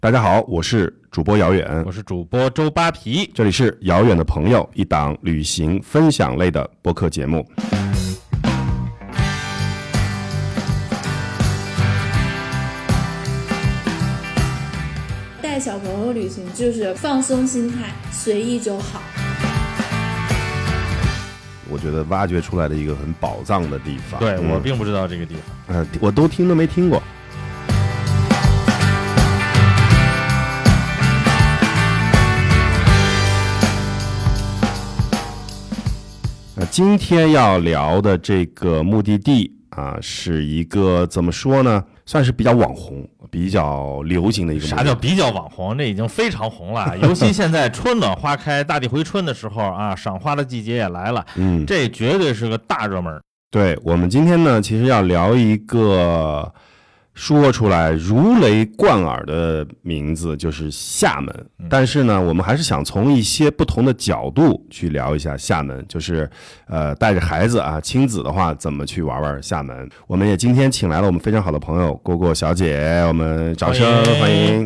大家好，我是主播遥远， 我是主播周扒皮， 这里是遥远的朋友，一档旅行分享类的播客节目。 带小朋友旅行就是放松心态，随意就好。 我觉得挖掘出来的一个很宝藏的地方。 对，我并不知道这个地方。 我都听都没听过。今天要聊的这个目的地啊，是一个怎么说呢，算是比较网红、比较流行的一个目的地。 啥叫比较网红？这已经非常红了。尤其现在春暖花开、大地回春的时候啊，赏花的季节也来了。这绝对是个大热门。 对，我们今天呢，其实要聊一个说出来如雷贯耳的名字，就是厦门。但是呢，我们还是想从一些不同的角度去聊一下厦门，就是带着孩子啊，亲子的话怎么去玩玩厦门。我们也今天请来了我们非常好的朋友蝈蝈小姐，我们掌声欢迎。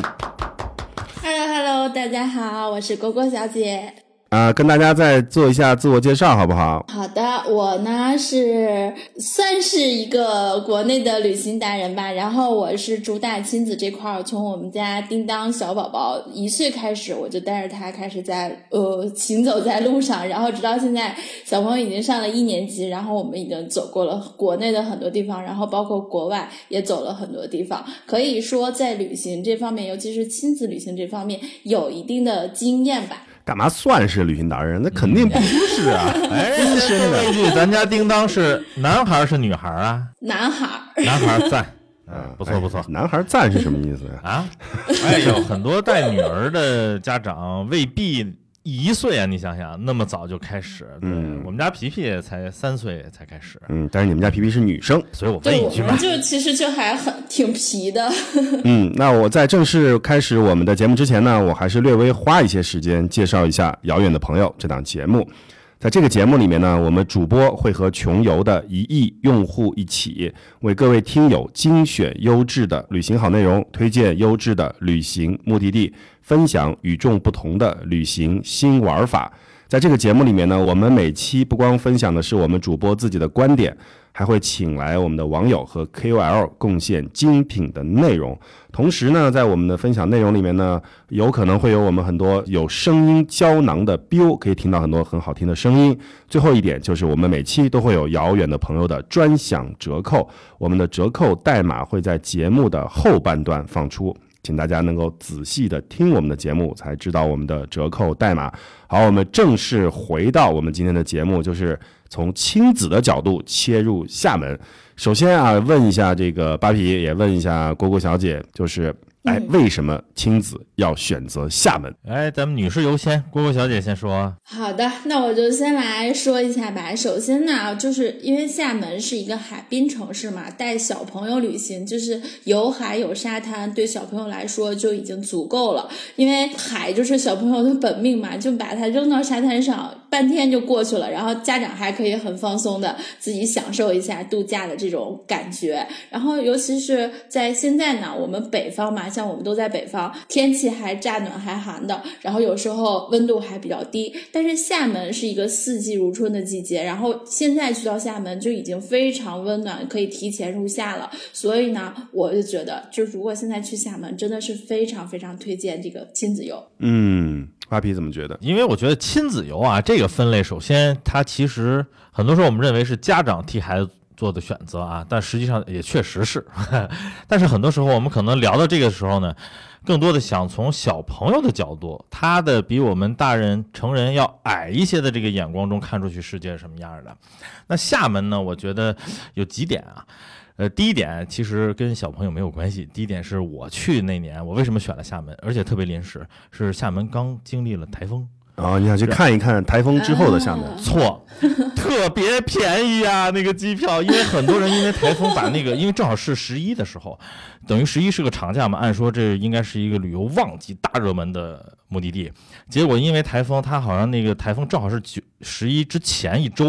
Hello， 大家好，我是蝈蝈小姐。 跟大家再做一下自我介绍好不好？ 好的，我呢算是一个国内的旅行达人吧，然后我是主打亲子这块，从我们家叮当小宝宝1岁开始，我就带着他开始在行走在路上，然后直到现在小朋友已经上了1年级，然后我们已经走过了国内的很多地方，然后包括国外也走了很多地方，可以说在旅行这方面，尤其是亲子旅行这方面有一定的经验吧。 干嘛算是旅行达人？那肯定不是啊！ 先问一句，咱家叮当是男孩是女孩啊？ 男孩。 男孩赞。不错不错。 男孩赞是什么意思呀？ 有很多带女儿的家长未必1岁啊，你想想那么早就开始。我们家皮皮才3岁才开始。 但是你们家皮皮是女生， 所以我问一句嘛。对，我们其实就还挺皮的。 那我在正式开始我们的节目之前呢，我还是略微花一些时间介绍一下遥远的朋友这档节目。在这个节目里面呢，我们主播会和穷游的1亿用户一起，为各位听友精选优质的旅行好内容，推荐优质的旅行目的地，分享与众不同的旅行新玩法。在这个节目里面呢，我们每期不光分享的是我们主播自己的观点，还会请来我们的网友和 KOL 贡献精品的内容。同时呢，在我们的分享内容里面呢，有可能会有我们很多有声音胶囊的 BO， 可以听到很多很好听的声音。最后一点就是我们每期都会有遥远的朋友的专享折扣，我们的折扣代码会在节目的后半段放出，请大家能够仔细的听我们的节目才知道我们的折扣代码。好，我们正式回到我们今天的节目，就是从亲子的角度切入厦门。首先啊，问一下这个扒皮，也问一下蝈蝈小姐，就是为什么亲子要选择厦门？ 咱们女士优先，蝈蝈小姐先说。 好的，那我就先来说一下吧。首先呢，就是因为厦门是一个海滨城市嘛，带小朋友旅行就是有海有沙滩，对小朋友来说就已经足够了。因为海就是小朋友的本命嘛，就把它扔到沙滩上，半天就过去了，然后家长还可以很放松的自己享受一下度假的这种感觉。然后尤其是在现在呢，我们北方嘛，像我们都在北方，天气还乍暖还寒的，然后有时候温度还比较低，但是厦门是一个4季如春的季节，然后现在去到厦门就已经非常温暖，可以提前入夏了。所以呢，我就觉得就如果现在去厦门真的是非常非常推荐这个亲子游。 扒皮怎么觉得？ 因为我觉得亲子游啊这个分类，首先它其实很多时候我们认为是家长替孩子做的选择啊，但实际上也确实是但是很多时候我们可能聊到这个时候呢，更多的想从小朋友的角度，他的比我们大人成人要矮一些的这个眼光中看出去世界是什么样的。那厦门呢，我觉得有几点啊。第一点其实跟小朋友没有关系，第一点是我去那年我为什么选了厦门，而且特别临时，是厦门刚经历了台风。 你想去看一看台风之后的厦门？ 错，特别便宜啊，那个机票，因为很多人因为台风把那个，因为正好是11的时候，等于11是个长假嘛，按说这应该是一个旅游旺季大热门的目的地，结果因为台风，它好像那个台风正好是11之前1周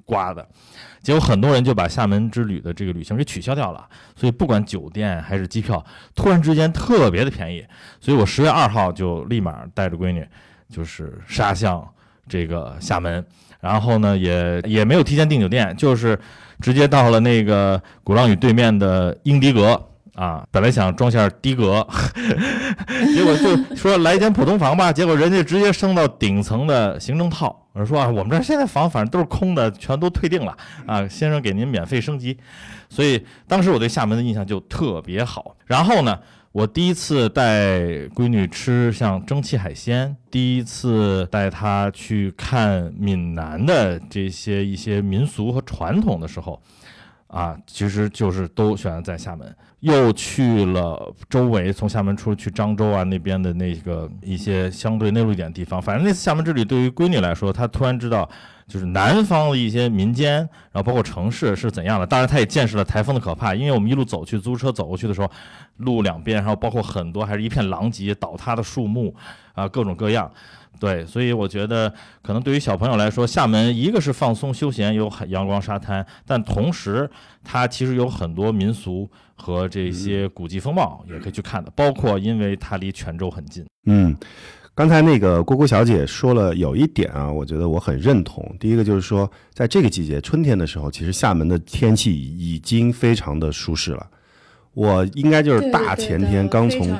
刮的。结果很多人就把厦门之旅的这个旅行给取消掉了，所以不管酒店还是机票，突然之间特别的便宜。所以我10月2号就立马带着闺女就是杀向这个厦门，然后呢也没有提前订酒店，就是直接到了那个鼓浪屿对面的英迪格啊，本来想装下的格结果就说来一间普通房吧，结果人家直接升到顶层的行政套。我说啊，我们这现在房反正都是空的，全都退订了啊，先生给您免费升级。所以当时我对厦门的印象就特别好。然后呢，我第一次带闺女吃像蒸汽海鲜，第一次带她去看闽南的这些一些民俗和传统的时候啊，其实就是都选择在厦门。又去了周围，从厦门出去漳州啊那边的那个一些相对内陆一点的地方。反正那次厦门之旅对于闺女来说，她突然知道就是南方的一些民间，然后包括城市是怎样的。当然她也见识了台风的可怕，因为我们一路走去，租车走过去的时候，路两边然后包括很多还是一片狼藉倒塌的树木啊，各种各样。对，所以我觉得可能对于小朋友来说，厦门一个是放松休闲，有阳光沙滩，但同时它其实有很多民俗和这些古迹风貌也可以去看的，包括因为它离泉州很近。 刚才那个蝈蝈小姐说了有一点啊，我觉得我很认同。第一个就是说，在这个季节春天的时候，其实厦门的天气已经非常的舒适了。我应该就是大前天刚从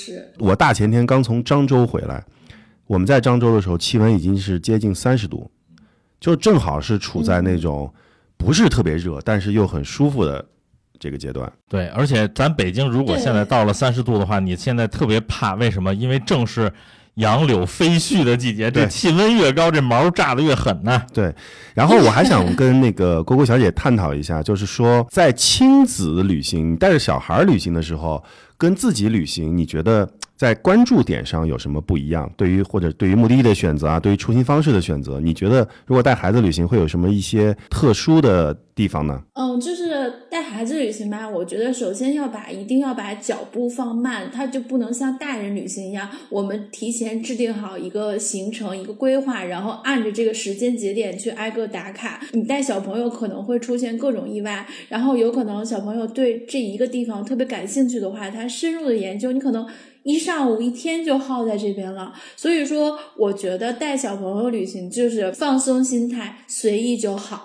漳州回来，我们在漳州的时候气温已经是接近30度，就正好是处在那种不是特别热但是又很舒服的这个阶段。 对，而且咱北京如果现在到了30度的话，你现在特别怕，为什么？因为正是杨柳飞絮的季节，这气温越高，这毛炸得越狠呢。 对，然后我还想跟那个蝈蝈小姐探讨一下，就是说在亲子旅行，带着小孩旅行的时候，跟自己旅行，你觉得在关注点上有什么不一样？对于目的地的选择啊，对于出行方式的选择，你觉得如果带孩子旅行会有什么一些特殊的地方呢？ 就是带孩子旅行吧，我觉得首先一定要把脚步放慢，它就不能像大人旅行一样，我们提前制定好一个行程一个规划，然后按着这个时间节点去挨个打卡。你带小朋友可能会出现各种意外，然后有可能小朋友对这一个地方特别感兴趣的话，他深入的研究，你可能一上午一天就耗在这边了。所以说我觉得带小朋友旅行就是放松心态，随意就好。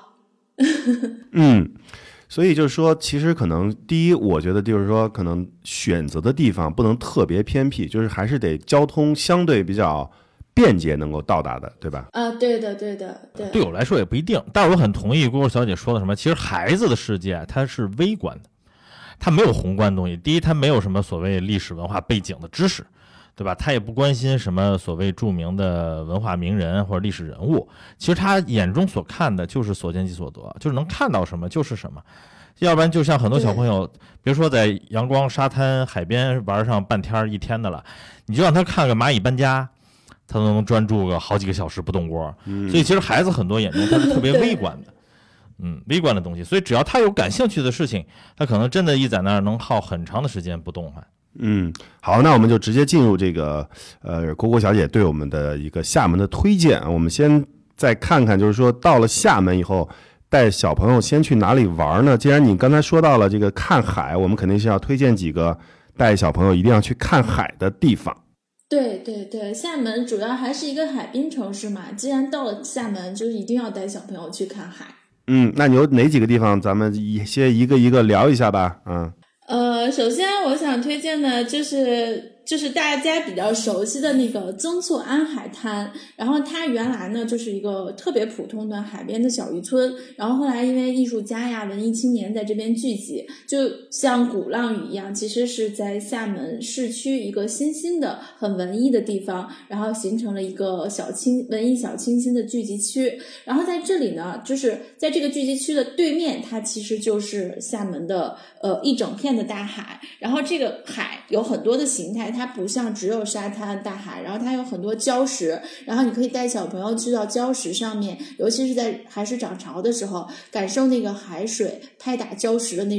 所以就是说其实可能第一，我觉得就是说可能选择的地方不能特别偏僻，就是还是得交通相对比较便捷能够到达的，对吧？ 对的。 对我来说也不一定，但是我很同意蝈蝈小姐说的什么，其实孩子的世界它是微观的，它没有宏观的东西。第一，它没有什么所谓历史文化背景的知识，对吧？他也不关心什么所谓著名的文化名人或者历史人物，其实他眼中所看的就是所见即所得，就是能看到什么就是什么。要不然就像很多小朋友，别说在阳光沙滩海边玩上半天一天的了，你就让他看个蚂蚁搬家，他都能专注个好几个小时不动锅。所以其实孩子很多眼中他是特别微观的微观的东西，所以只要他有感兴趣的事情，他可能真的一在那儿能耗很长的时间不动弹。 好，那我们就直接进入这个蝈蝈小姐对我们的一个厦门的推荐啊。我们先再看看，就是说到了厦门以后，带小朋友先去哪里玩呢？既然你刚才说到了这个看海，我们肯定是要推荐几个带小朋友一定要去看海的地方。 对，厦门主要还是一个海滨城市嘛，既然到了厦门，就是一定要带小朋友去看海。 那你有哪几个地方？咱们先一个一个聊一下吧。 首先我想推荐的就是大家比较熟悉的那个曾厝垵海滩，然后它原来呢就是一个特别普通的海边的小渔村，然后后来因为艺术家呀文艺青年在这边聚集，就像鼓浪屿一样，其实是在厦门市区一个新兴的很文艺的地方，然后形成了一个文艺小清新的聚集区。然后在这里呢，就是在这个聚集区的对面，它其实就是厦门的一整片的大海，然后这个海有很多的形态，它不像只有沙滩大海，然后它有很多礁石，然后你可以带小朋友去到礁石上面，尤其是在海水涨潮的时候，感受那个海水拍打礁石的那种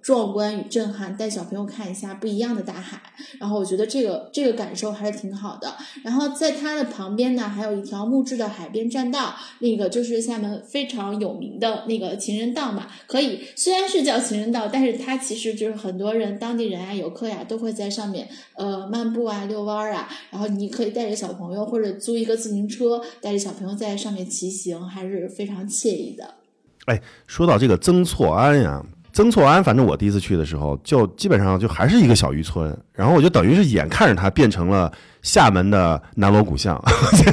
壮观与震撼，带小朋友看一下不一样的大海。然后我觉得这个感受还是挺好的。然后在它的旁边呢，还有一条木质的海边栈道，那个就是厦门非常有名的那个情人道嘛。可以，虽然是叫情人道，但是它其实就是很多人、当地人啊、游客呀都会在上面漫步啊、遛弯啊。然后你可以带着小朋友，或者租一个自行车，带着小朋友在上面骑行，还是非常惬意的。 哎，说到这个曾厝垵呀，曾厝垵，反正我第一次去的时候，就基本上就还是一个小渔村，然后我就等于是眼看着它变成了厦门的南锣鼓巷。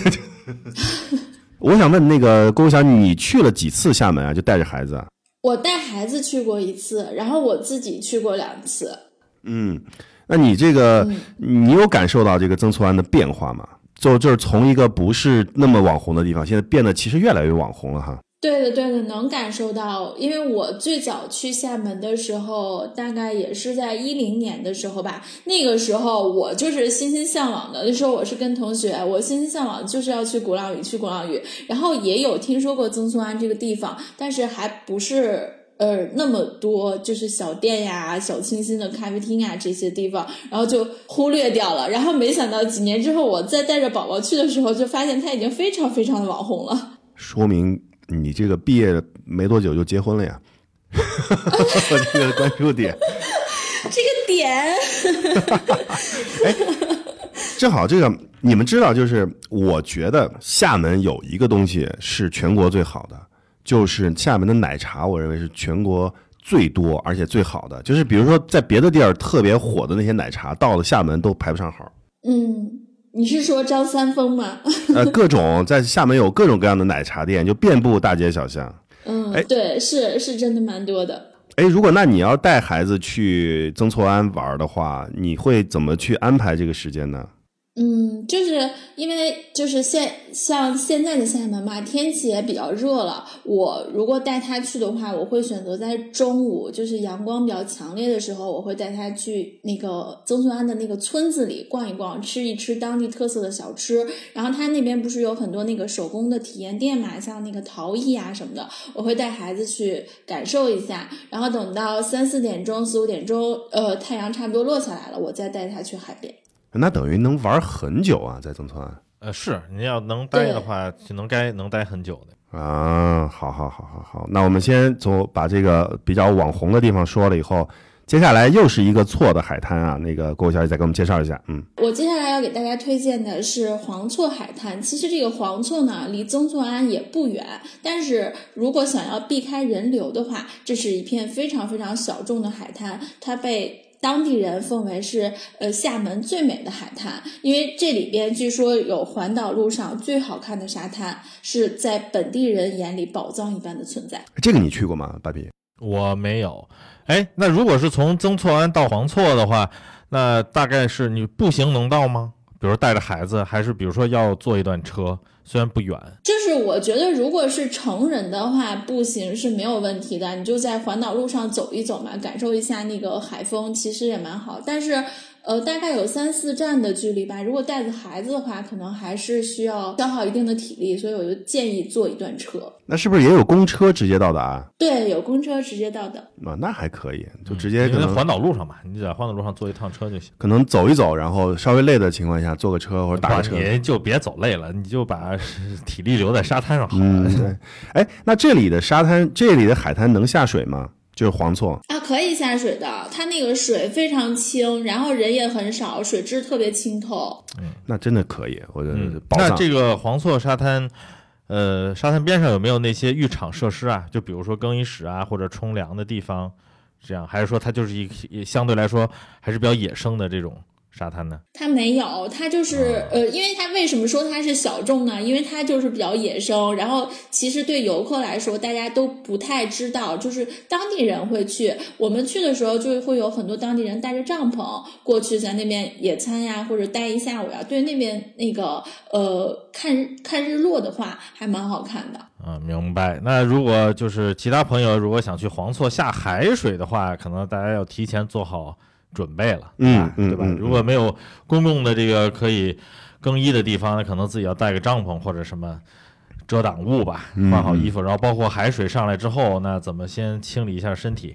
我想问那个郭晓，你去了几次厦门啊？就带着孩子啊？ 我带孩子去过1次，然后我自己去过2次。 那你这个，你有感受到这个曾厝垵的变化吗？就是从一个不是那么网红的地方，现在变得其实越来越网红了哈。 对的，对的，能感受到。因为我最早去厦门的时候，大概也是在10年的时候吧。那个时候我就是欣欣向往的，那时候我是跟同学，我欣欣向往就是要去鼓浪屿，然后也有听说过曾厝垵这个地方，但是还不是那么多就是小店呀、小清新的咖啡厅啊这些地方，然后就忽略掉了。然后没想到几年之后，我再带着宝宝去的时候，就发现它已经非常非常的网红了。 说明你这个毕业没多久就结婚了呀？我这个关注点， 这个点， 哎，正好这个你们知道，就是我觉得厦门有一个东西是全国最好的，就是厦门的奶茶，我认为是全国最多而且最好的。就是比如说在别的地儿特别火的那些奶茶，到了厦门都排不上号。 你是说张三丰吗？ 各种在厦门有各种各样的奶茶店，就遍布大街小巷。 对，是真的蛮多的。 如果那你要带孩子去曾厝垵玩的话，你会怎么去安排这个时间呢？ 就是因为就是像现在的厦门嘛，天气也比较热了。我如果带他去的话，我会选择在中午，就是阳光比较强烈的时候，我会带他去那个曾厝垵的那个村子里逛一逛，吃一吃当地特色的小吃。然后他那边不是有很多那个手工的体验店嘛，像那个陶艺啊什么的，我会带孩子去感受一下。然后等到3、4点钟、4、5点钟，太阳差不多落下来了，我再带他去海边。 那等于能玩很久啊，在曾厝垵。 是你要能待的话，就能待很久的啊。好，那我们先把这个比较网红的地方说了以后，接下来又是一个错的海滩啊。那个郭小姐再给我们介绍一下。 我接下来要给大家推荐的是黄厝海滩。其实这个黄厝呢，离曾厝垵也不远，但是如果想要避开人流的话，这是一片非常非常小众的海滩，它被当地人奉为是厦门最美的海滩，因为这里边据说有环岛路上最好看的沙滩，是在本地人眼里宝藏一般的存在。 这个你去过吗，芭比？ 我没有。那如果是从曾厝垵到黄厝的话，那大概是你步行能到吗？比如带着孩子，还是比如说要坐一段车，虽然不远。就是我觉得如果是成人的话，步行是没有问题的，你就在环岛路上走一走嘛，感受一下那个海风，其实也蛮好。但是大概有3、4站的距离吧，如果带着孩子的话，可能还是需要消耗一定的体力，所以我就建议坐一段车。 那是不是也有公车直接到达？ 对，有公车直接到的。 那还可以，就直接可能环岛路上嘛，你在环岛路上坐一趟车就行。 可能走一走，然后稍微累的情况下坐个车或者打个车。 你就别走累了，你就把体力留在沙滩上好了。 对。那这里的海滩能下水吗？就是黄厝啊，可以下水的，它那个水非常清，然后人也很少，水质特别清透。 那真的可以，我觉得宝藏。 那这个黄厝沙滩，沙滩边上有没有那些浴场设施啊？就比如说更衣室啊，或者冲凉的地方，这样还是说它就是相对来说还是比较野生的这种沙滩呢？ 它没有，它就是因为它为什么说它是小众呢？因为它就是比较野生，然后其实对游客来说大家都不太知道，就是当地人会去，我们去的时候就会有很多当地人带着帐篷过去在那边野餐呀，或者待一下午呀，对那边那个看日落的话还蛮好看的。 明白。那如果就是其他朋友如果想去黄厝下海水的话，可能大家要提前做好准备了，对吧？如果没有公共的这个可以更衣的地方，那可能自己要带个帐篷或者什么遮挡物吧，换好衣服，然后包括海水上来之后，那怎么先清理一下身体，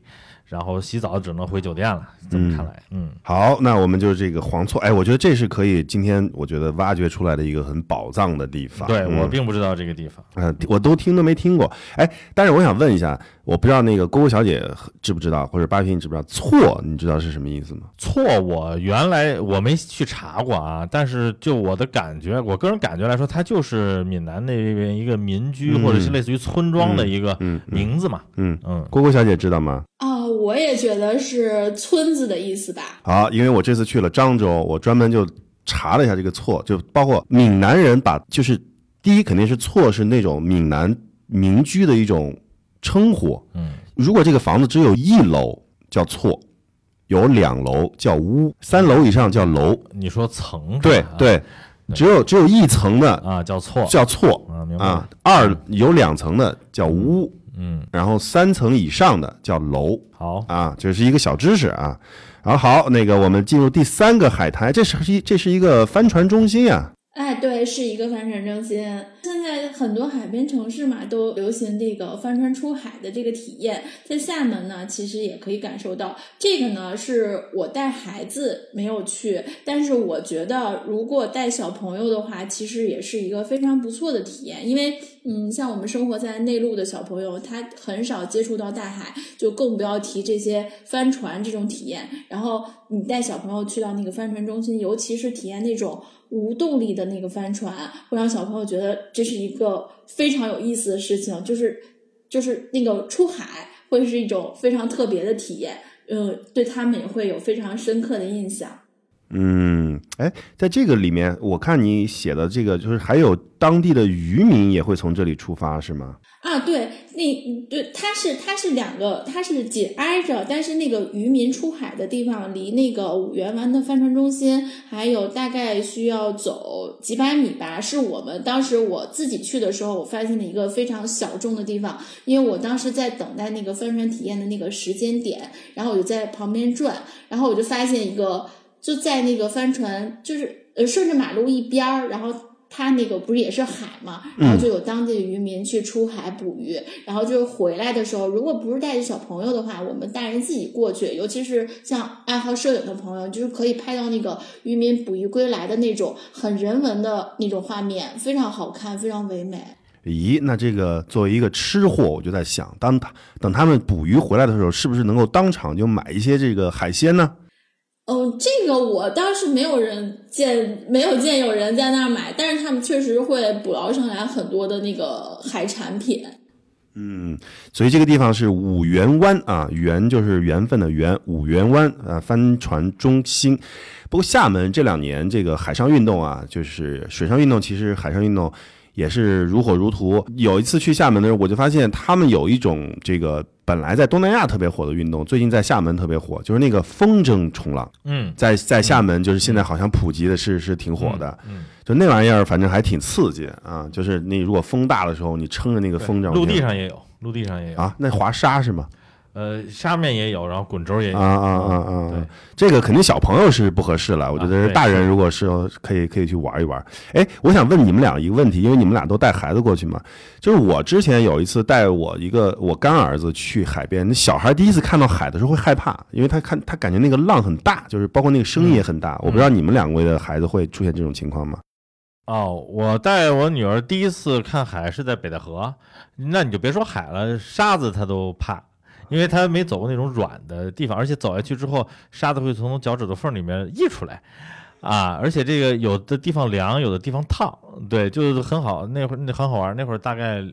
然后洗澡只能回酒店了。这么看来， 好，那我们就这个黄错，哎，我觉得这是可以今天我觉得挖掘出来的一个很宝藏的地方。 对，我并不知道这个地方， 我都没听过。哎，但是我想问一下，我不知道那个蝈蝈小姐知不知道，或者巴皮你知不知道错？你知道是什么意思吗？ 错，我原来我没去查过啊，但是就我的感觉，我个人感觉来说，它就是闽南那边一个民居，或者是类似于村庄的一个名字嘛。 蝈蝈小姐知道吗？ 我也觉得是村子的意思吧。 好，因为我这次去了漳州，我专门就查了一下这个错，就包括闽南人就是第一肯定是错是那种闽南民居的一种称呼。如果这个房子只有1楼叫错，有2楼叫屋，3楼以上叫楼。你说层？ 对，只有1层的啊叫错明白啊。有2层的叫屋。然后3层以上的叫楼。 好啊，这是一个小知识啊。然后好，那个我们进入第3个海滩，这是一个帆船中心啊。 哎，对，是一个帆船中心。现在很多海边城市嘛，都流行这个帆船出海的这个体验。在厦门呢，其实也可以感受到。这个呢，是我带孩子没有去，但是我觉得如果带小朋友的话，其实也是一个非常不错的体验。因为像我们生活在内陆的小朋友，他很少接触到大海，就更不要提这些帆船这种体验。然后你带小朋友去到那个帆船中心，尤其是体验那种无动力的那个帆船，会让小朋友觉得这是一个非常有意思的事情，就是那个出海会是一种非常特别的体验，对他们也会有非常深刻的印象。 哎，在这个里面，我看你写的这个，就是还有当地的渔民也会从这里出发，是吗？ 啊，对，它是2个，它是紧挨着，但是那个渔民出海的地方离那个五缘湾的帆船中心还有大概需要走几百米吧，是当时我自己去的时候，我发现了一个非常小众的地方，因为我当时在等待那个帆船体验的那个时间点，然后我就在旁边转，然后我就发现一个，就在那个帆船就是顺着马路一边，然后它那个不是也是海嘛，然后就有当地的渔民去出海捕鱼，然后就是回来的时候，如果不是带着小朋友的话，我们大人自己过去，尤其是像爱好摄影的朋友，就是可以拍到那个渔民捕鱼归来的那种很人文的那种画面，非常好看，非常唯美。 咦，那这个作为一个吃货，我就在想，等他们捕鱼回来的时候，是不是能够当场就买一些这个海鲜呢？ 这个我倒是没有见有人在那儿买，但是他们确实会捕捞上来很多的那个海产品。 所以这个地方是五缘湾啊，缘就是缘分的缘，五缘湾帆船中心。不过厦门这2年这个海上运动啊，就是水上运动，其实海上运动也是如火如荼。有一次去厦门的时候，我就发现他们有一种这个本来在东南亚特别火的运动，最近在厦门特别火，就是那个风筝冲浪。在厦门就是现在好像普及的是挺火的。就那玩意儿反正还挺刺激啊，就是你如果风大的时候，你撑着那个风筝， 陆地上也有啊，那滑沙是吗？ 沙面也有，然后滚轴也有对，这个肯定小朋友是不合适了，我觉得大人如果是可以去玩一玩。哎，我想问你们俩一个问题，因为你们俩都带孩子过去嘛，就是我之前有一次带我干儿子去海边，那小孩第一次看到海的时候会害怕，因为他感觉那个浪很大，就是包括那个声音也很大。我不知道你们2位的孩子会出现这种情况吗？ 我带我女儿第一次看海是在北戴河，那你就别说海了，沙子她都怕。因为他没走过那种软的地方，而且走下去之后，沙子会从脚趾头缝里面溢出来，而且这个有的地方凉，有的地方烫，对，就是很好。那会儿很好玩，那会儿大概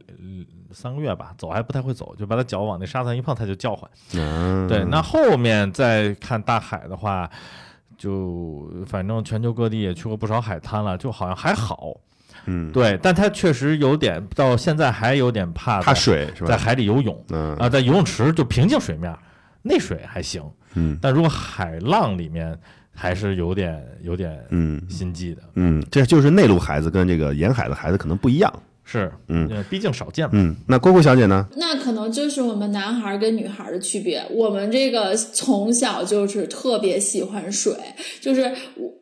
3个月吧，走还不太会走，就把他脚往那沙滩一碰，他就叫唤。对，那后面再看大海的话，就反正全球各地也去过不少海滩了，就好像还好。对，但他确实有点，到现在还有点怕水是吧？ 在海里游泳，在游泳池就平静水面，那水还行，但如果海浪里面还是有点心悸的， 这就是内陆孩子跟这个沿海的孩子可能不一样。 是，毕竟少见嘛。 那蝈蝈小姐呢？ 那可能就是我们男孩跟女孩的区别。我们这个从小就是特别喜欢水，就是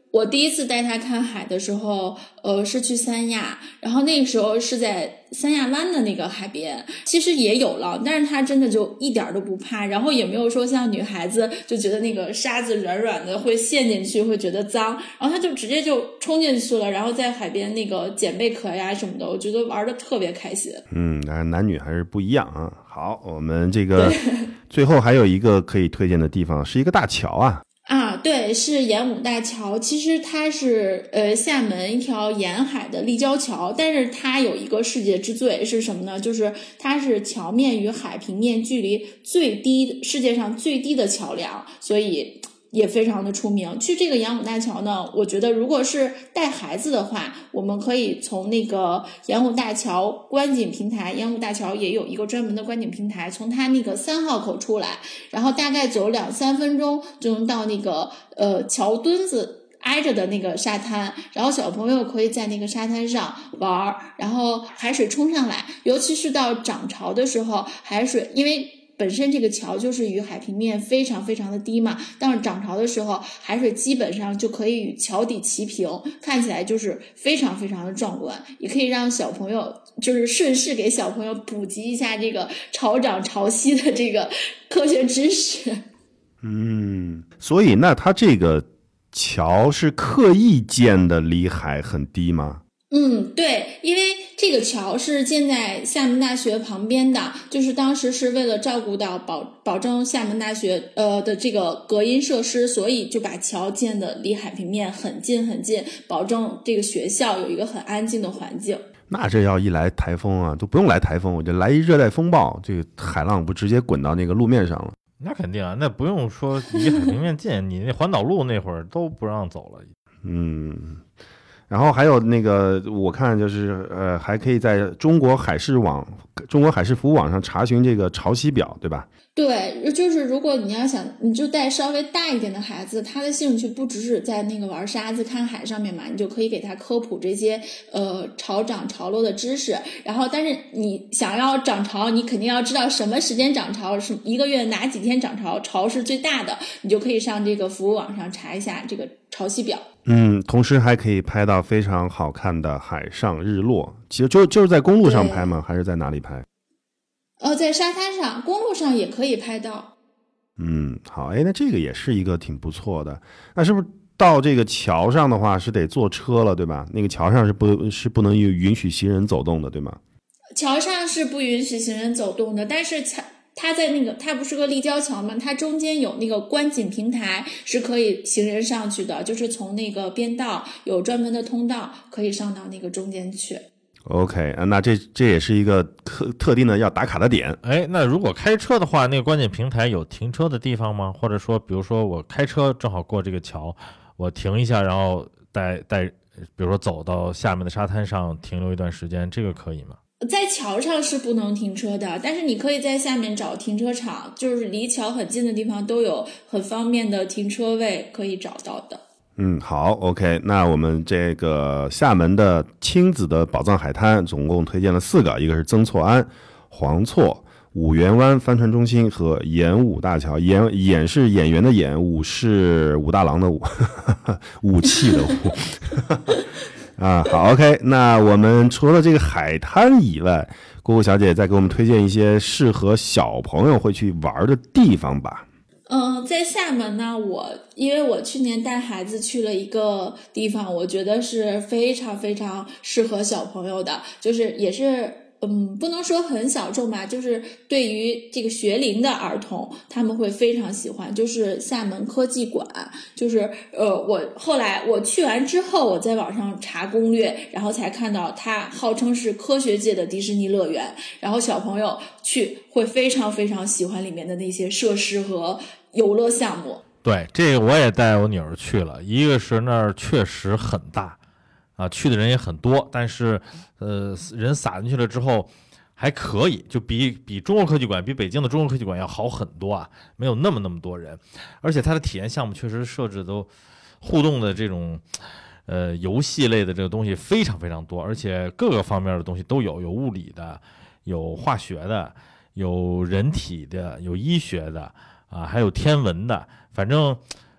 我第一次带他看海的时候，是去三亚，然后那个时候是在三亚湾的那个海边，其实也有浪，但是他真的就一点都不怕，然后也没有说像女孩子就觉得那个沙子软软的会陷进去会觉得脏，然后他就直接就冲进去了，然后在海边那个捡贝壳呀什么的，我觉得玩的特别开心。 男女还是不一样啊。好，我们这个最后还有一个可以推荐的地方，是一个大桥啊。 对，是演武大桥。其实它是厦门一条沿海的立交桥，但是它有一个世界之最是什么呢？就是它是桥面与海平面距离最低，世界上最低的桥梁，所以也非常的出名。去这个演武大桥呢，我觉得如果是带孩子的话，我们可以从那个演武大桥观景平台，演武大桥也有一个专门的观景平台，从它那个3号口出来，然后大概走2-3分钟就能到那个桥墩子挨着的那个沙滩，然后小朋友可以在那个沙滩上玩，然后海水冲上来，尤其是到涨潮的时候，海水因为本身这个桥就是与海平面非常非常的低嘛，但是涨潮的时候海水基本上就可以与桥底齐平，看起来就是非常非常的壮观，也可以让小朋友就是顺势给小朋友普及一下这个潮涨潮汐的这个科学知识。 所以那它这个桥是刻意建的离海很低吗？ 对，因为这个桥是建在厦门大学旁边的，就是当时是为了照顾到保证厦门大学的这个隔音设施，所以就把桥建的离海平面很近很近，保证这个学校有一个很安静的环境。 那这要一来台风啊，都不用来台风，我就来一热带风暴，这个海浪不直接滚到那个路面上了？ 那肯定啊，那不用说离海平面近，你那环岛路那会儿都不让走了。 然后还有那个，我看就是还可以在中国海事服务网上查询这个潮汐表，对吧？ 对，就是如果你要想，你就带稍微大一点的孩子，他的兴趣不只是在那个玩沙子、看海上面嘛，你就可以给他科普这些潮涨潮落的知识。然后，但是你想要涨潮，你肯定要知道什么时间涨潮，是一个月哪几天涨潮，潮是最大的，你就可以上这个服务网上查一下这个潮汐表。 同时还可以拍到非常好看的海上日落。其实就是在公路上拍吗？还是在哪里拍？ 在沙滩上，公路上也可以拍到。 好，那这个也是一个挺不错的。那是不是到这个桥上的话是得坐车了，对吧？那个桥上是不能允许行人走动的，对吗？ 桥上是不允许行人走动的，但是它在那个，它不是个立交桥吗？它中间有那个观景平台，是可以行人上去的，就是从那个边道有专门的通道，可以上到那个中间去。 OK， 那这也是一个特定的要打卡的点。 那如果开车的话，那个观景平台有停车的地方吗？或者说，比如说我开车正好过这个桥，我停一下，然后比如说走到下面的沙滩上停留一段时间，这个可以吗？ 在桥上是不能停车的，但是你可以在下面找停车场，就是离桥很近的地方都有很方便的停车位可以找到的。 好 OK， 那我们这个厦门的亲子的宝藏海滩总共推荐了4个，一个是曾厝垵、黄厝、五缘湾帆船中心和演武大桥。演是演员的演，武是武大郎的武，武器的武。好 OK， 那我们除了这个海滩以外，姑姑小姐再给我们推荐一些适合小朋友会去玩的地方吧。 在厦门呢，因为我去年带孩子去了一个地方，我觉得是非常非常适合小朋友的，就是也是不能说很小众吧，就是对于这个学龄的儿童他们会非常喜欢，就是厦门科技馆。就是后来我去完之后，我在网上查攻略，然后才看到它号称是科学界的迪士尼乐园，然后小朋友去会非常非常喜欢里面的那些设施和游乐项目。 对，这个我也带我女儿去了，一个是那儿确实很大去的人也很多，但是人撒进去了之后还可以，就比中国科技馆，比北京的中国科技馆要好很多啊，没有那么多人，而且它的体验项目确实设置都互动的这种游戏类的这个东西非常非常多，而且各个方面的东西都有物理的，有化学的，有人体的，有医学的还有天文的，反正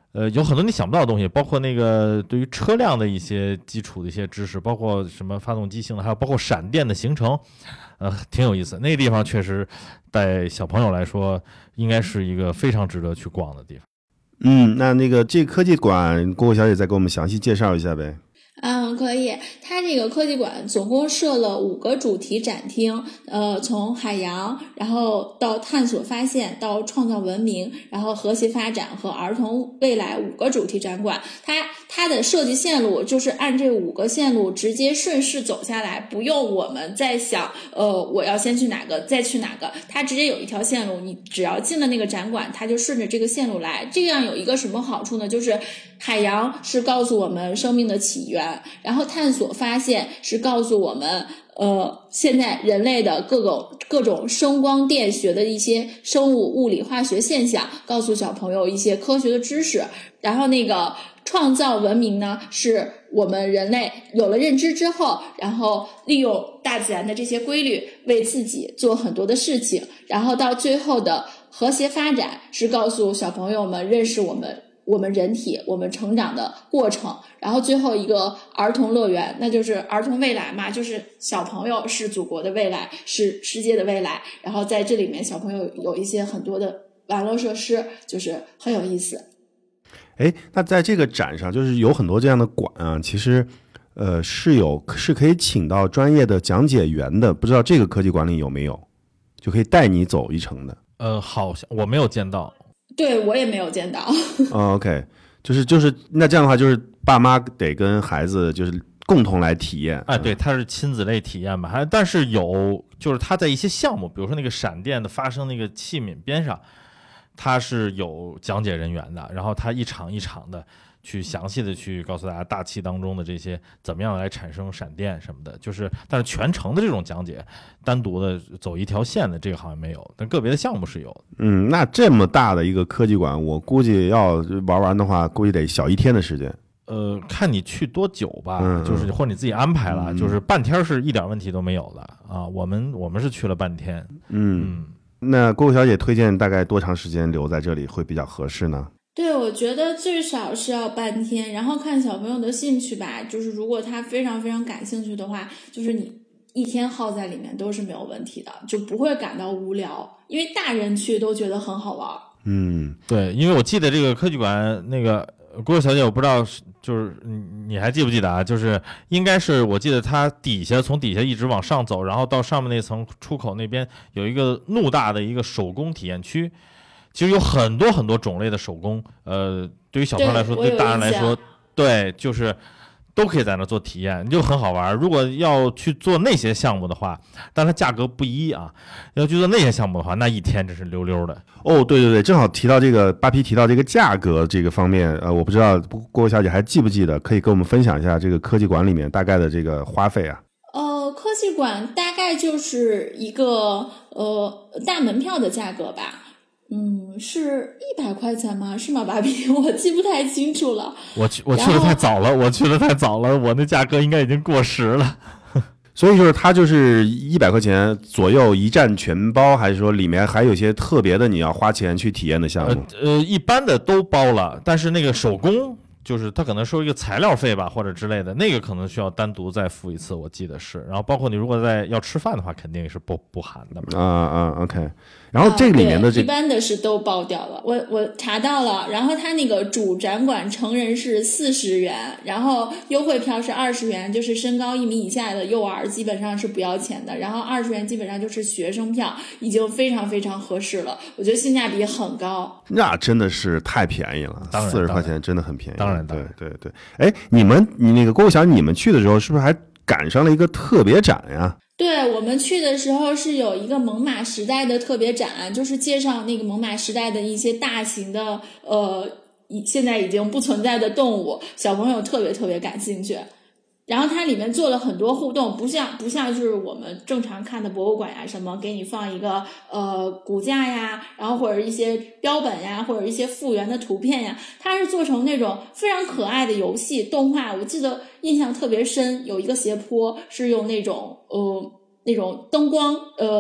有很多你想不到的东西，包括那个对于车辆的一些基础的一些知识，包括什么发动机性能，还有包括闪电的形成，挺有意思。那个地方确实带小朋友来说，应该是一个非常值得去逛的地方。 那个这个科技馆，郭郭小姐再给我们详细介绍一下呗。 可以。它这个科技馆总共设了5个主题展厅，从海洋，然后到探索发现，到创造文明，然后和谐发展和儿童未来5个主题展馆。它的设计线路就是按这5个线路直接顺势走下来，不用我们再想，我要先去哪个，再去哪个，它直接有一条线路，你只要进了那个展馆，它就顺着这个线路来。这样有一个什么好处呢？就是海洋是告诉我们生命的起源，然后探索发现是告诉我们现在人类的各种声光电学的一些生物物理化学现象，告诉小朋友一些科学的知识。然后那个创造文明呢，是我们人类有了认知之后，然后利用大自然的这些规律为自己做很多的事情。然后到最后的和谐发展是告诉小朋友们认识我们人体我们成长的过程。然后最后一个儿童乐园，那就是儿童未来嘛，就是小朋友是祖国的未来，是世界的未来。然后在这里面小朋友有一些很多的玩乐设施，就是很有意思。 那在这个展上就是有很多这样的馆啊，其实是可以请到专业的讲解员的，不知道这个科技馆里有没有，就可以带你走一程的。 好像我没有见到。 对，我也没有见到。 OK， 就是那这样的话，就是爸妈得跟孩子就是共同来体验。 对，它是亲子类体验吧，但是就是它在一些项目，比如说那个闪电的发生那个器皿边上，它是有讲解人员的，然后它一场一场的去详细的去告诉大家大气当中的这些怎么样来产生闪电什么的，但是全程的这种讲解，单独的走一条线的这个好像没有，但个别的项目是有的。 那这么大的一个科技馆，我估计要玩完的话，估计得小1天的时间。 看你去多久吧，就是或者你自己安排了，就是半天是一点问题都没有的啊。我们是去了半天。 那郭郭小姐推荐大概多长时间留在这里会比较合适呢？ 对，我觉得最少是要半天，然后看小朋友的兴趣吧，就是如果他非常非常感兴趣的话，就是你1天耗在里面都是没有问题的，就不会感到无聊，因为大人去都觉得很好玩。 对，因为我记得这个科技馆那个郭小姐，我不知道就是你还记不记得啊？就是应该是我记得它从底下一直往上走，然后到上面那层出口那边有一个怒大的一个手工体验区，其实有很多很多种类的手工，对于小朋友来说，对大人来说，对，就是都可以在那做体验，就很好玩。如果要去做那些项目的话，但它价格不一啊。要去做那些项目的话，那1天真是溜溜的。 对，正好提到这个，扒皮提到这个价格这个方面，我不知道郭郭小姐还记不记得，可以跟我们分享一下这个科技馆里面大概的这个花费啊？ 科技馆大概就是一个大门票的价格吧。是100块钱吗？是吗，芭比？我记不太清楚了。 我去的太早了，我那价格应该已经过时了。 所以就是它就是100块钱左右一站全包，还是说里面还有些特别的你要花钱去体验的项目？ 一般的都包了，但是那个手工就是它可能收一个材料费吧，或者之类的，那个可能需要单独再付一次，我记得是。然后包括你如果要吃饭的话，肯定是不含的嘛。 OK。然后这个里面的一般的是都包掉了，我查到了。然后它那个主展馆成人是40元，然后优惠票是20元，就是身高1米以下的幼儿基本上是不要钱的。然后20元基本上就是学生票，已经非常非常合适了，我觉得性价比很高。 那真的是太便宜了，40块钱真的很便宜。 当然， 对。你那个郭小姐，你们去的时候是不是还赶上了一个特别展呀？ 对，我们去的时候是有一个猛犸时代的特别展，就是介绍那个猛犸时代的一些大型的现在已经不存在的动物，小朋友特别特别感兴趣。然后它里面做了很多互动，不像就是我们正常看的博物馆呀，什么给你放一个骨架呀，然后或者一些标本呀，或者一些复原的图片呀，它是做成那种非常可爱的游戏动画。我记得印象特别深，有一个斜坡是用那种灯光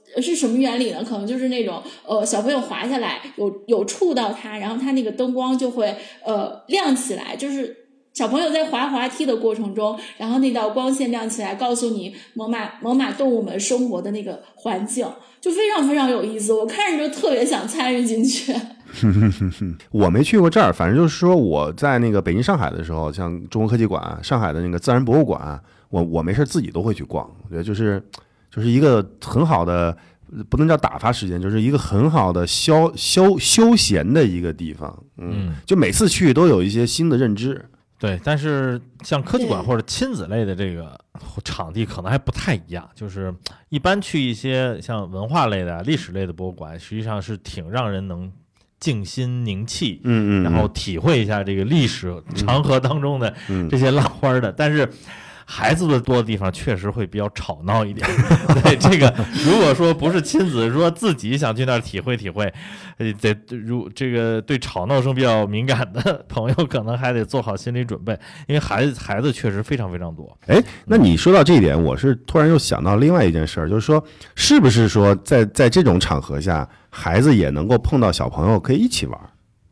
是什么原理呢？可能就是那种小朋友滑下来有触到它，然后它那个灯光就会亮起来，就是小朋友在滑滑梯的过程中，然后那道光线亮起来，告诉你猛犸动物们生活的那个环境，就非常非常有意思。我看着就特别想参与进去。 我没去过这儿，反正就是说我在那个北京、上海的时候，像中国科技馆、上海的那个自然博物馆，我没事自己都会去逛。我觉得就是一个很好的，不能叫打发时间，就是一个很好的休闲的一个地方。就每次去都有一些新的认知。 对，但是像科技馆或者亲子类的这个场地可能还不太一样，就是一般去一些像文化类的、历史类的博物馆，实际上是挺让人能静心凝气，然后体会一下这个历史长河当中的这些浪花的。但是孩子的多的地方确实会比较吵闹一点。对，这个如果说不是亲子，说自己想去那儿体会体会，这个对吵闹声比较敏感的朋友，可能还得做好心理准备，因为孩子确实非常非常多。 哎，那你说到这一点，我是突然又想到另外一件事儿，就是说，是不是说在这种场合下，孩子也能够碰到小朋友可以一起玩？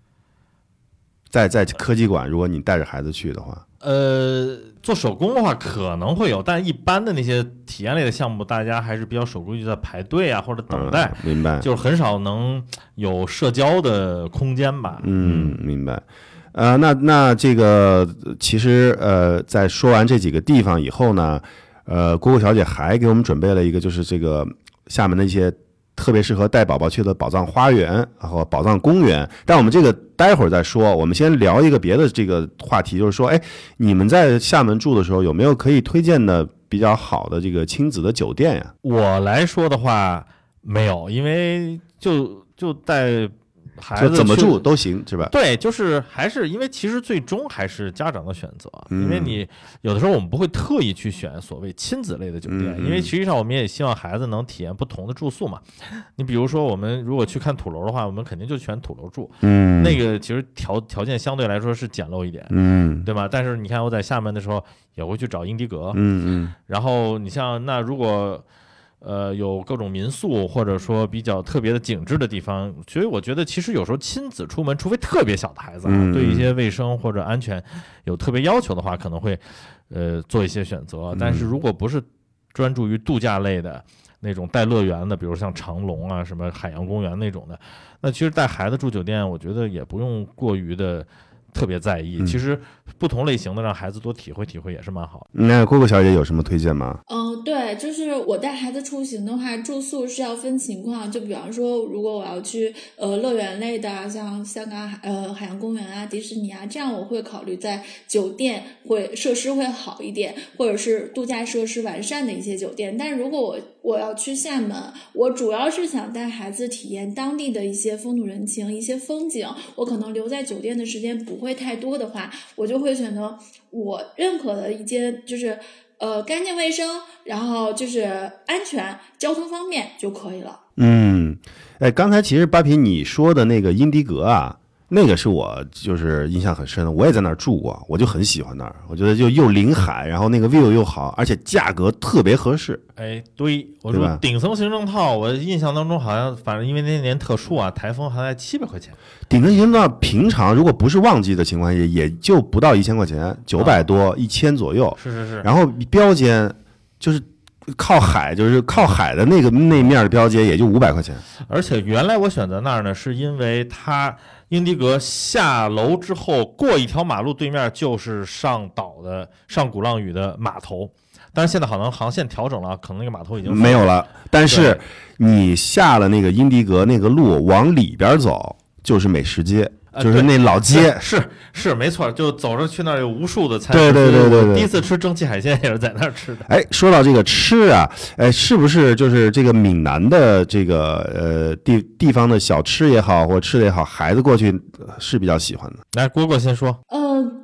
在科技馆，如果你带着孩子去的话。 做手工的话可能会有，但一般的那些体验类的项目，大家还是比较守规矩，在排队啊或者等待， 明白， 就是很少能有社交的空间吧。 明白。那这个其实在说完这几个地方以后呢，蝈蝈小姐还给我们准备了一个，就是这个厦门的一些特别适合带宝宝去的宝藏花园和宝藏公园，但我们这个待会儿再说。我们先聊一个别的这个话题，就是说，哎，你们在厦门住的时候有没有可以推荐的比较好的这个亲子的酒店呀？ 我来说的话没有，因为就带孩子怎么住都行，是吧？ 对，就是还是因为其实最终还是家长的选择，因为你有的时候我们不会特意去选所谓亲子类的酒店，因为实际上我们也希望孩子能体验不同的住宿嘛。你比如说我们如果去看土楼的话，我们肯定就选土楼住，那个其实条件相对来说是简陋一点，对吧？但是你看我在厦门的时候也会去找英迪格，然后你像那如果有各种民宿或者说比较特别的景致的地方，所以我觉得其实有时候亲子出门，除非特别小的孩子对一些卫生或者安全有特别要求的话，可能会做一些选择。但是如果不是专注于度假类的那种带乐园的，比如像长隆啊、什么海洋公园那种的，那其实带孩子住酒店，我觉得也不用过于的特别在意，其实不同类型的让孩子多体会体会也是蛮好的。 那蝈蝈小姐有什么推荐吗？ 对，就是我带孩子出行的话，住宿是要分情况。就比方说，如果我要去乐园类的，像香港海洋公园啊、迪士尼啊，这样我会考虑在酒店设施会好一点，或者是度假设施完善的一些酒店。但如果我要去厦门，我主要是想带孩子体验当地的一些风土人情、一些风景，我可能留在酒店的时间不会太多的话，我就会选择我认可的一间，就是干净卫生，然后就是安全、交通方面就可以了。 刚才其实巴皮你说的那个英迪格啊，那个是我就是印象很深的，我也在那儿住过，我就很喜欢那儿，我觉得就又临海，然后那个 view 又好，而且价格特别合适。 哎，对，我说顶层行政套，我印象当中好像，反正因为那年特殊啊，台风还在700块钱。 顶层行政套平常如果不是旺季的情况下，也就不到1000块钱，900多、1000左右。 是。 然后标间就是靠海，就是靠海的那面的标间也就500块钱。 而且原来我选择那儿呢，是因为它英迪格下楼之后过一条马路对面就是上鼓浪屿的码头。但是现在好像航线调整了，可能那个码头已经没有了。但是你下了那个英迪格那个路往里边走，就是美食街，就是那老街。 是没错，就走着去那儿有无数的餐厅。 对。 第一次吃蒸汽海鲜也是在那儿吃的。 哎，说到这个吃啊，是不是就是这个闽南的这个地方的小吃也好，或吃的也好，孩子过去是比较喜欢的？ 来，蝈蝈先说。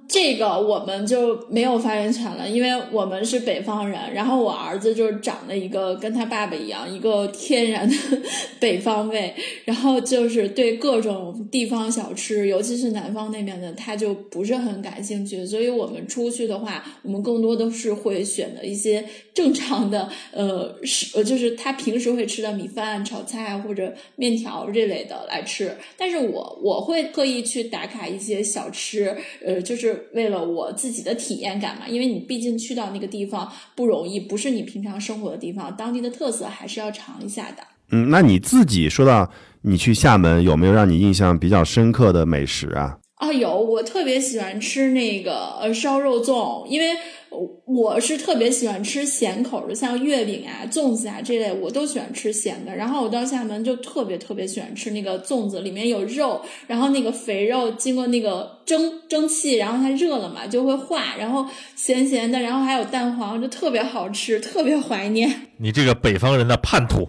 这个我们就没有发言权了，因为我们是北方人，然后我儿子就长了一个跟他爸爸一样一个天然的北方味，然后就是对各种地方小吃，尤其是南方那边的，他就不是很感兴趣，所以我们出去的话，我们更多都是会选择一些正常的就是他平时会吃的米饭、炒菜或者面条这类的来吃，但是我会特意去打卡一些小吃，就是为了我自己的体验感嘛，因为你毕竟去到那个地方不容易，不是你平常生活的地方，当地的特色还是要尝一下的。 那你自己说到你去厦门，有没有让你印象比较深刻的美食啊？ 有，我特别喜欢吃那个烧肉粽，因为我是特别喜欢吃咸口的，像月饼啊、粽子啊这类，我都喜欢吃咸的。然后我到厦门就特别喜欢吃那个粽子，里面有肉，然后那个肥肉经过那个蒸汽，然后它热了嘛，就会化，然后咸咸的，然后还有蛋黄，就特别好吃，特别怀念。 你这个北方人的叛徒。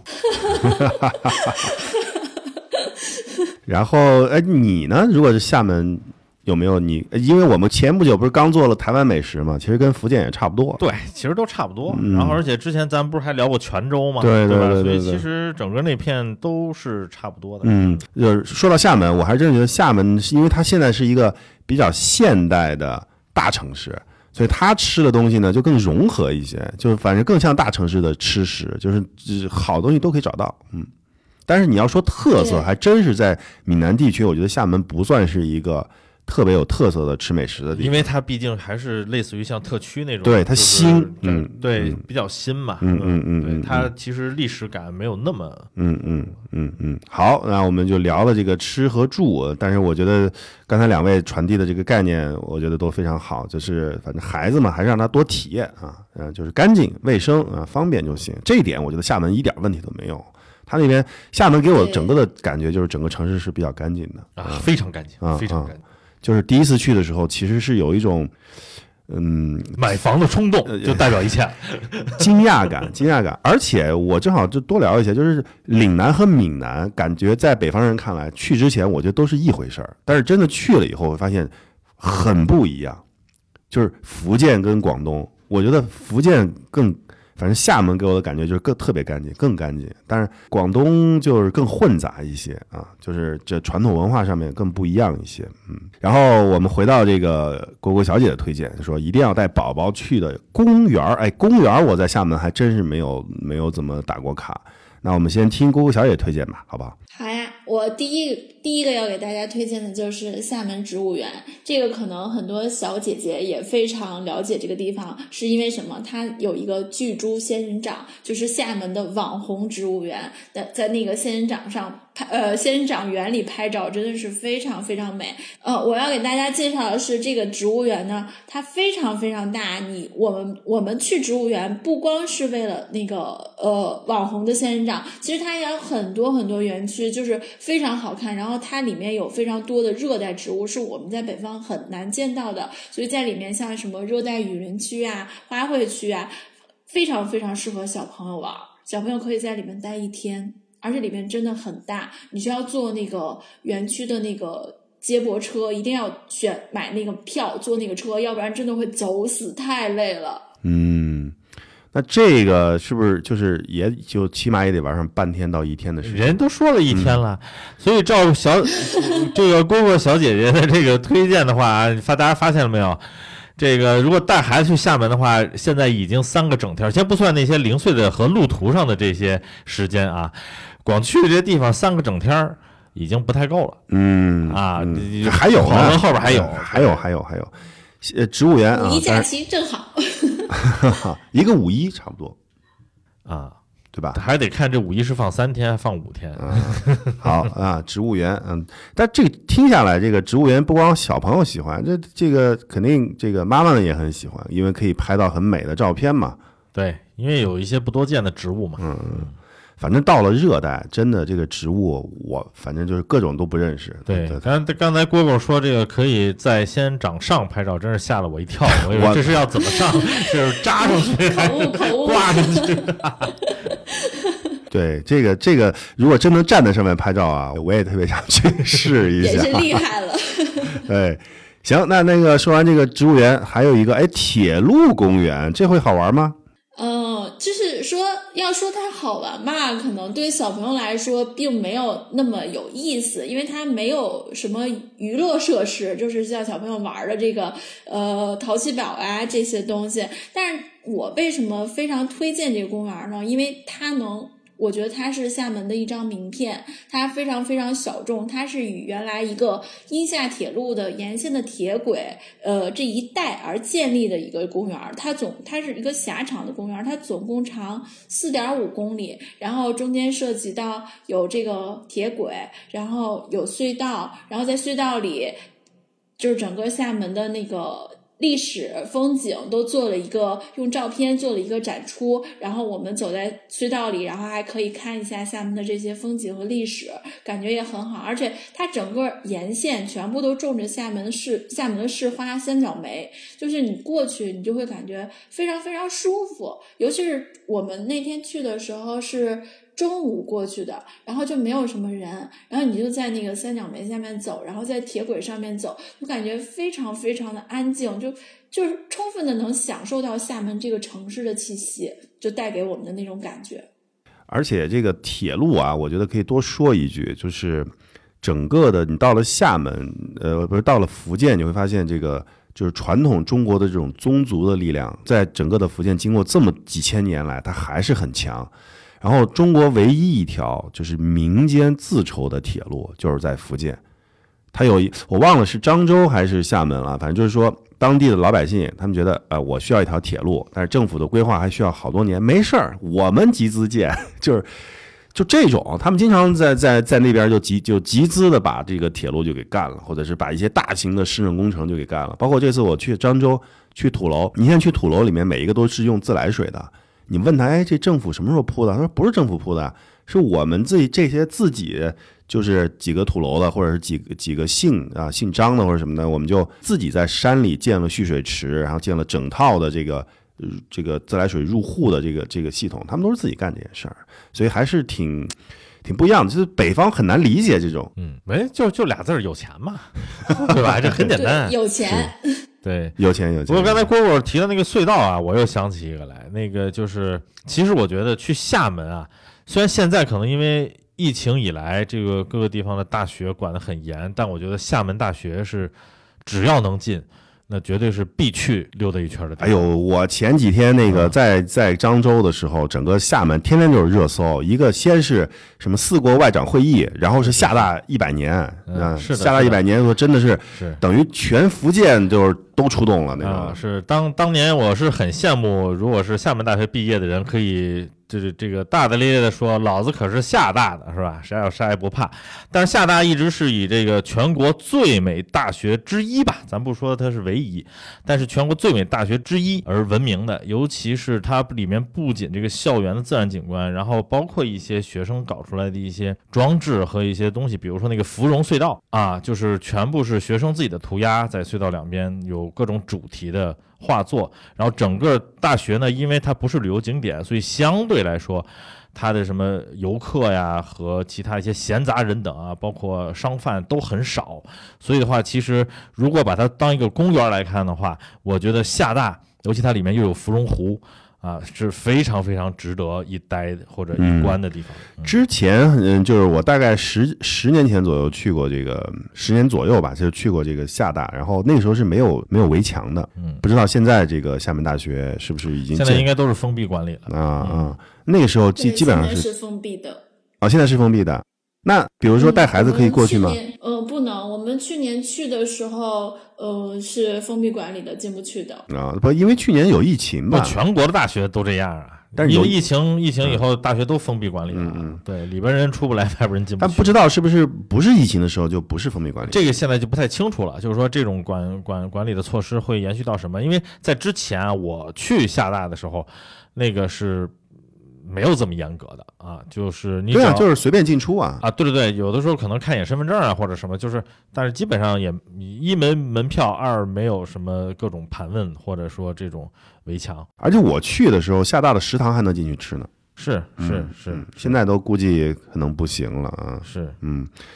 然后你呢？如果是厦门，有没有你？因为我们前不久不是刚做了台湾美食嘛，其实跟福建也差不多。 对，其实都差不多。然后而且之前咱不是还聊过泉州吗？ 对吧？所以其实整个那片都是差不多的。 就是说到厦门，我还真觉得厦门，因为它现在是一个比较现代的大城市，所以它吃的东西呢就更融合一些，就是反正更像大城市的吃食，就是好东西都可以找到。但是你要说特色，还真是在闽南地区，我觉得厦门不算是一个特别有特色的吃美食的地方， 因为它毕竟还是类似于像特区那种， 对，它新， 对，比较新嘛，对，它其实历史感没有那么， 好，那我们就聊了这个吃和住，但是我觉得刚才两位传递的这个概念，我觉得都非常好，就是反正孩子嘛，还是让他多体验啊，就是干净、卫生啊、方便就行，这一点我觉得厦门一点问题都没有。他那边厦门给我整个的感觉就是整个城市是比较干净的啊，非常干净，非常干净。 就是第一次去的时候，其实是有一种买房的冲动，就代表一切惊讶感。而且我正好就多聊一些，就是岭南和闽南，感觉在北方人看来，去之前我觉得都是一回事儿，但是真的去了以后，会发现很不一样。就是福建跟广东，我觉得福建反正厦门给我的感觉就是特别干净，更干净。但是广东就是更混杂一些啊，就是这传统文化上面更不一样一些。然后我们回到这个蝈蝈小姐的推荐，说一定要带宝宝去的公园。公园我在厦门还真是没有怎么打过卡。那我们先听蝈蝈小姐推荐吧，好不好？ 好呀，我第一个要给大家推荐的就是厦门植物园。这个可能很多小姐姐也非常了解这个地方，是因为什么？它有一个巨株仙人掌，就是厦门的网红植物园，在那个仙人掌上仙人掌园里拍照，真的是非常非常美。我要给大家介绍的是这个植物园呢，它非常非常大。我们去植物园不光是为了那个网红的仙人掌，其实它也有很多很多园区，就是非常好看。然后它里面有非常多的热带植物，是我们在北方很难见到的，所以在里面像什么热带雨林区啊、花卉区啊，非常非常适合小朋友玩。小朋友可以在里面待1天。而且里面真的很大，你需要坐那个园区的那个接驳车，一定要买那个票坐那个车，要不然真的会走死，太累了。 那这个是不是就是也就起码也得玩上半天到1天的时间？ 人都说了1天了，所以照这个蝈蝈小姐姐的这个推荐的话，大家发现了没有？这个如果带孩子去厦门的话，现在已经3个整天，先不算那些零碎的和路途上的这些时间啊，光去这些地方3个整天已经不太够了。 还有呢， 后边还有，植物园 5一假期正好， 一个5一差不多啊。 对吧？ 还得看这5一是放3天，放5天。 好啊，植物园，但这个听下来，这个植物园不光小朋友喜欢，这个肯定这个妈妈们也很喜欢，因为可以拍到很美的照片嘛。 对，因为有一些不多见的植物嘛。 反正到了热带，真的这个植物，我反正就是各种都不认识。 对，刚才蝈蝈说这个可以在仙人掌上拍照，真是吓了我一跳。我以为这是要怎么上？是扎上去还是挂上去？ 对，这个，如果真能站在上面拍照啊，我也特别想去试一下。 也是厉害了。 对， 行，那个说完这个植物园，还有一个铁路公园，这会好玩吗？ 就是说要说它好玩吧，可能对小朋友来说并没有那么有意思，因为它没有什么娱乐设施，就是像小朋友玩的这个淘气堡啊这些东西。但是我为什么非常推荐这个公园呢？因为我觉得它是厦门的一张名片，它非常非常小众，它是与原来一个阴厦铁路的沿线的铁轨这一带而建立的一个公园。它是一个狭长的公园，它总共长 4.5 公里，然后中间涉及到有这个铁轨，然后有隧道，然后在隧道里就是整个厦门的那个历史风景都用照片做了一个展出，然后我们走在隧道里，然后还可以看一下厦门的这些风景和历史，感觉也很好。而且它整个沿线全部都种着厦门的市花三角梅，就是你过去你就会感觉非常非常舒服。尤其是我们那天去的时候是中午过去的，然后就没有什么人，然后你就在那个三角梅下面走，然后在铁轨上面走，就感觉非常非常的安静，就是充分的能享受到厦门这个城市的气息，就带给我们的那种感觉。 而且这个铁路啊，我觉得可以多说一句，就是整个的你到了厦门，不是到了福建，你会发现这个就是传统中国的这种宗族的力量，在整个的福建经过这么几千年来，它还是很强。然后中国唯一一条就是民间自筹的铁路，就是在福建。它我忘了是漳州还是厦门了，反正就是说当地的老百姓他们觉得我需要一条铁路，但是政府的规划还需要好多年，没事儿，我们集资建，就这种，他们经常在那边就集资的把这个铁路就给干了，或者是把一些大型的市政工程就给干了。包括这次我去漳州去土楼，你现在去土楼里面每一个都是用自来水的。你问他，这政府什么时候铺的？他说不是政府铺的，是我们这些自己就是几个土楼的，或者是几个姓张的或者什么的，我们就自己在山里建了蓄水池，然后建了整套的这个自来水入户的这个系统，他们都是自己干这件事儿，所以还是挺不一样的。就是北方很难理解这种， 就俩字儿有钱嘛，对吧？这很简单， 有钱。 对， 有钱。 不过刚才蝈蝈提的那个隧道啊，我又想起一个来，那个就是其实我觉得去厦门啊，虽然现在可能因为疫情以来这个各个地方的大学管得很严，但我觉得厦门大学是只要能进，那绝对是必去溜达一圈的地方。 哎呦，我前几天那个在漳州的时候，整个厦门天天就是热搜，一个先是什么4国外长会议，然后是厦大100年， 是的， 厦大100年说真的是等于全福建就是都出动了那个。 是当年我是很羡慕，如果是厦门大学毕业的人，可以就是这个大大咧咧的说，老子可是厦大的，是吧？谁有啥也不怕。但是厦大一直是以这个全国最美大学之一吧，咱不说它是唯一，但是全国最美大学之一而闻名的。尤其是它里面不仅这个校园的自然景观，然后包括一些学生搞出来的一些装置和一些东西，比如说那个芙蓉隧道啊，就是全部是学生自己的涂鸦，在隧道两边有各种主题的画作，然后整个大学呢，因为它不是旅游景点，所以相对来说它的什么游客呀和其他一些闲杂人等啊，包括商贩都很少，所以的话其实如果把它当一个公园来看的话，我觉得厦大尤其它里面又有芙蓉湖啊，是非常非常值得一待或者一观的地方。 之前就是我大概十年前左右去过这个10年左右吧，就去过这个厦大，然后那个时候是没有围墙的，不知道现在这个厦门大学是不是已经现在应该都是封闭管理了那个时候基本上是封闭的现在是封闭的。那比如说带孩子可以过去吗？ 不能，我们去年去的时候是封闭管理的，进不去的不，因为去年有疫情吧， 全国的大学都这样啊。但是因为疫情以后，大学都封闭管理了，对，里边人出不来，外边人进不去。 但不知道是不是疫情的时候就不是封闭管理， 这个现在就不太清楚了。就是说这种管理的措施会延续到什么？因为在之前我去厦大的时候，那个是没有这么严格的啊，就是你就是随便进出啊， 对，有的时候可能看一眼身份证啊或者什么，就是但是基本上也一门票，二没有什么各种盘问或者说这种围墙。 而且我去的时候，厦大的食堂还能进去吃呢。 是， 现在都估计可能不行了啊。 是，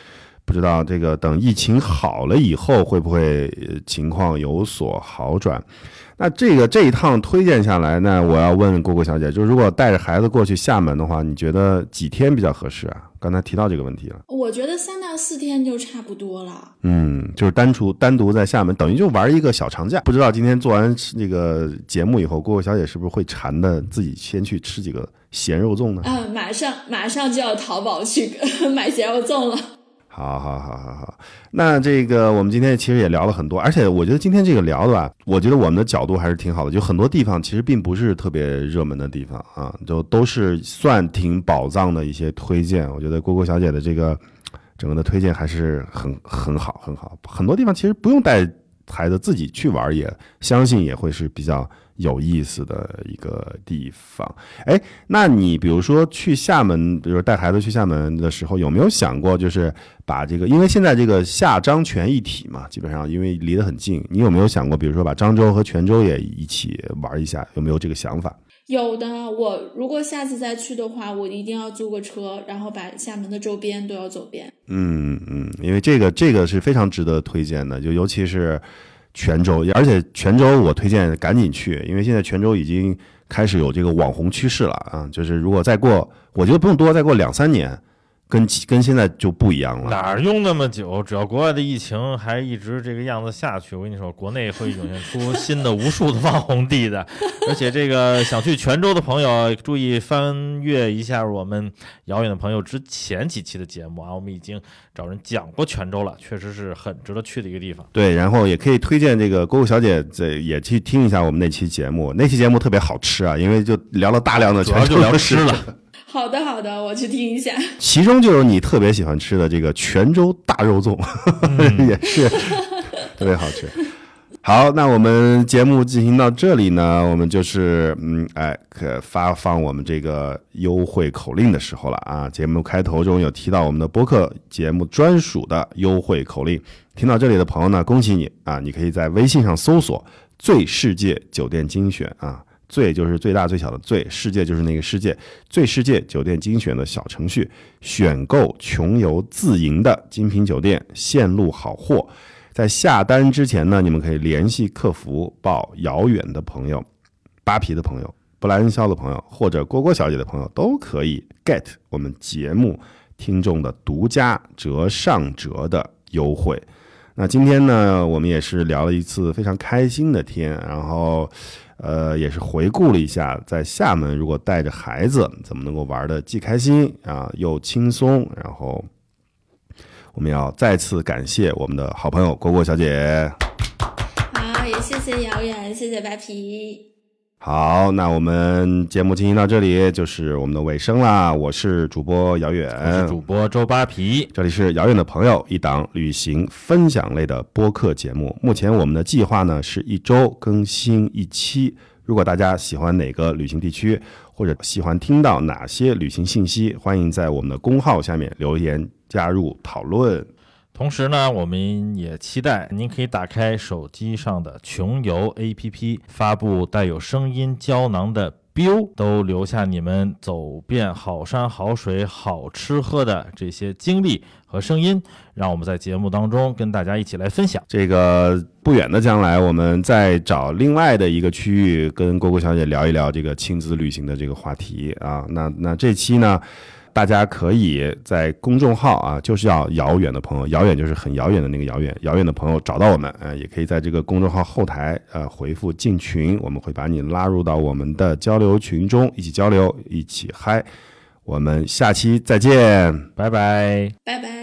不知道这个等疫情好了以后会不会情况有所好转。那这一趟推荐下来呢，我要问蝈蝈小姐，就是如果带着孩子过去厦门的话，你觉得几天比较合适啊？刚才提到这个问题了。 我觉得3到4天就差不多了。 就是单独在厦门，等于就玩一个小长假。不知道今天做完这个节目以后，蝈蝈小姐是不是会馋的自己先去吃几个咸肉粽呢？ 马上就要淘宝去买咸肉粽了。 好，那这个我们今天其实也聊了很多，而且我觉得今天这个聊的吧，我觉得我们的角度还是挺好的，就很多地方其实并不是特别热门的地方啊，就都是算挺宝藏的一些推荐。我觉得蝈蝈小姐的这个整个的推荐还是很好，很多地方其实不用带孩子自己去玩，也相信也会是比较有意思的一个地方。那你比如说去厦门，比如说带孩子去厦门的时候，有没有想过就是把这个，因为现在这个厦漳泉一体嘛，基本上因为离得很近，你有没有想过比如说把漳州和泉州也一起玩一下，有没有这个想法？ 有的，我如果下次再去的话，我一定要租个车，然后把厦门的周边都要走遍。 因为这个是非常值得推荐的，就尤其是泉州，而且泉州我推荐赶紧去，因为现在泉州已经开始有这个网红趋势了啊，就是如果再过，我觉得不用多，再过2-3年，跟现在就不一样了。 哪用那么久？只要国外的疫情还一直这个样子下去，我跟你说，国内会涌现出新的无数的网红地的。而且这个想去泉州的朋友，注意翻阅一下我们遥远的朋友之前几期的节目啊，我们已经找人讲过泉州了，确实是很值得去的一个地方。 对，然后也可以推荐这个蝈蝈小姐也去听一下我们那期节目，那期节目特别好吃啊，因为就聊了大量的泉州， 主要就聊吃了。 好的，我去听一下。 其中就有你特别喜欢吃的这个泉州大肉粽，也是特别好吃。好，那我们节目进行到这里呢，我们就是发放我们这个优惠口令的时候了啊。节目开头中有提到我们的播客节目专属的优惠口令，听到这里的朋友呢，恭喜你啊！你可以在微信上搜索“最世界酒店精选”啊。最就是最大最小的最，世界就是那个世界，最世界酒店精选的小程序，选购穷游自营的精品酒店，线路好货。在下单之前呢，你们可以联系客服报遥远的朋友、扒皮的朋友、布莱恩肖的朋友或者蝈蝈小姐的朋友，都可以 get 我们节目听众的独家上折的优惠。那今天呢，我们也是聊了一次非常开心的天，然后也是回顾了一下在厦门如果带着孩子怎么能够玩的既开心啊又轻松。然后我们要再次感谢我们的好朋友蝈蝈小姐。 好，也谢谢遥远，谢谢白皮。 好，那我们节目进行到这里就是我们的尾声啦。我是主播遥远， 我是主播周扒皮， 这里是遥远的朋友，一档旅行分享类的播客节目。目前我们的计划呢是1周更新1期。如果大家喜欢哪个旅行地区，或者喜欢听到哪些旅行信息，欢迎在我们的公号下面留言加入讨论。 同时呢，我们也期待您可以打开手机上的穷游 APP， 发布带有声音胶囊的 biu， 都留下你们走遍好山好水好吃喝的这些经历和声音，让我们在节目当中跟大家一起来分享。 这个不远的将来，我们再找另外的一个区域跟蝈蝈小姐聊一聊这个亲子旅行的这个话题啊。那这期呢，大家可以在公众号啊，就是要遥远的朋友，遥远就是很遥远的那个遥远，遥远的朋友找到我们，也可以在这个公众号后台回复进群，我们会把你拉入到我们的交流群中，一起交流，一起嗨。我们下期再见， 拜拜， 拜拜。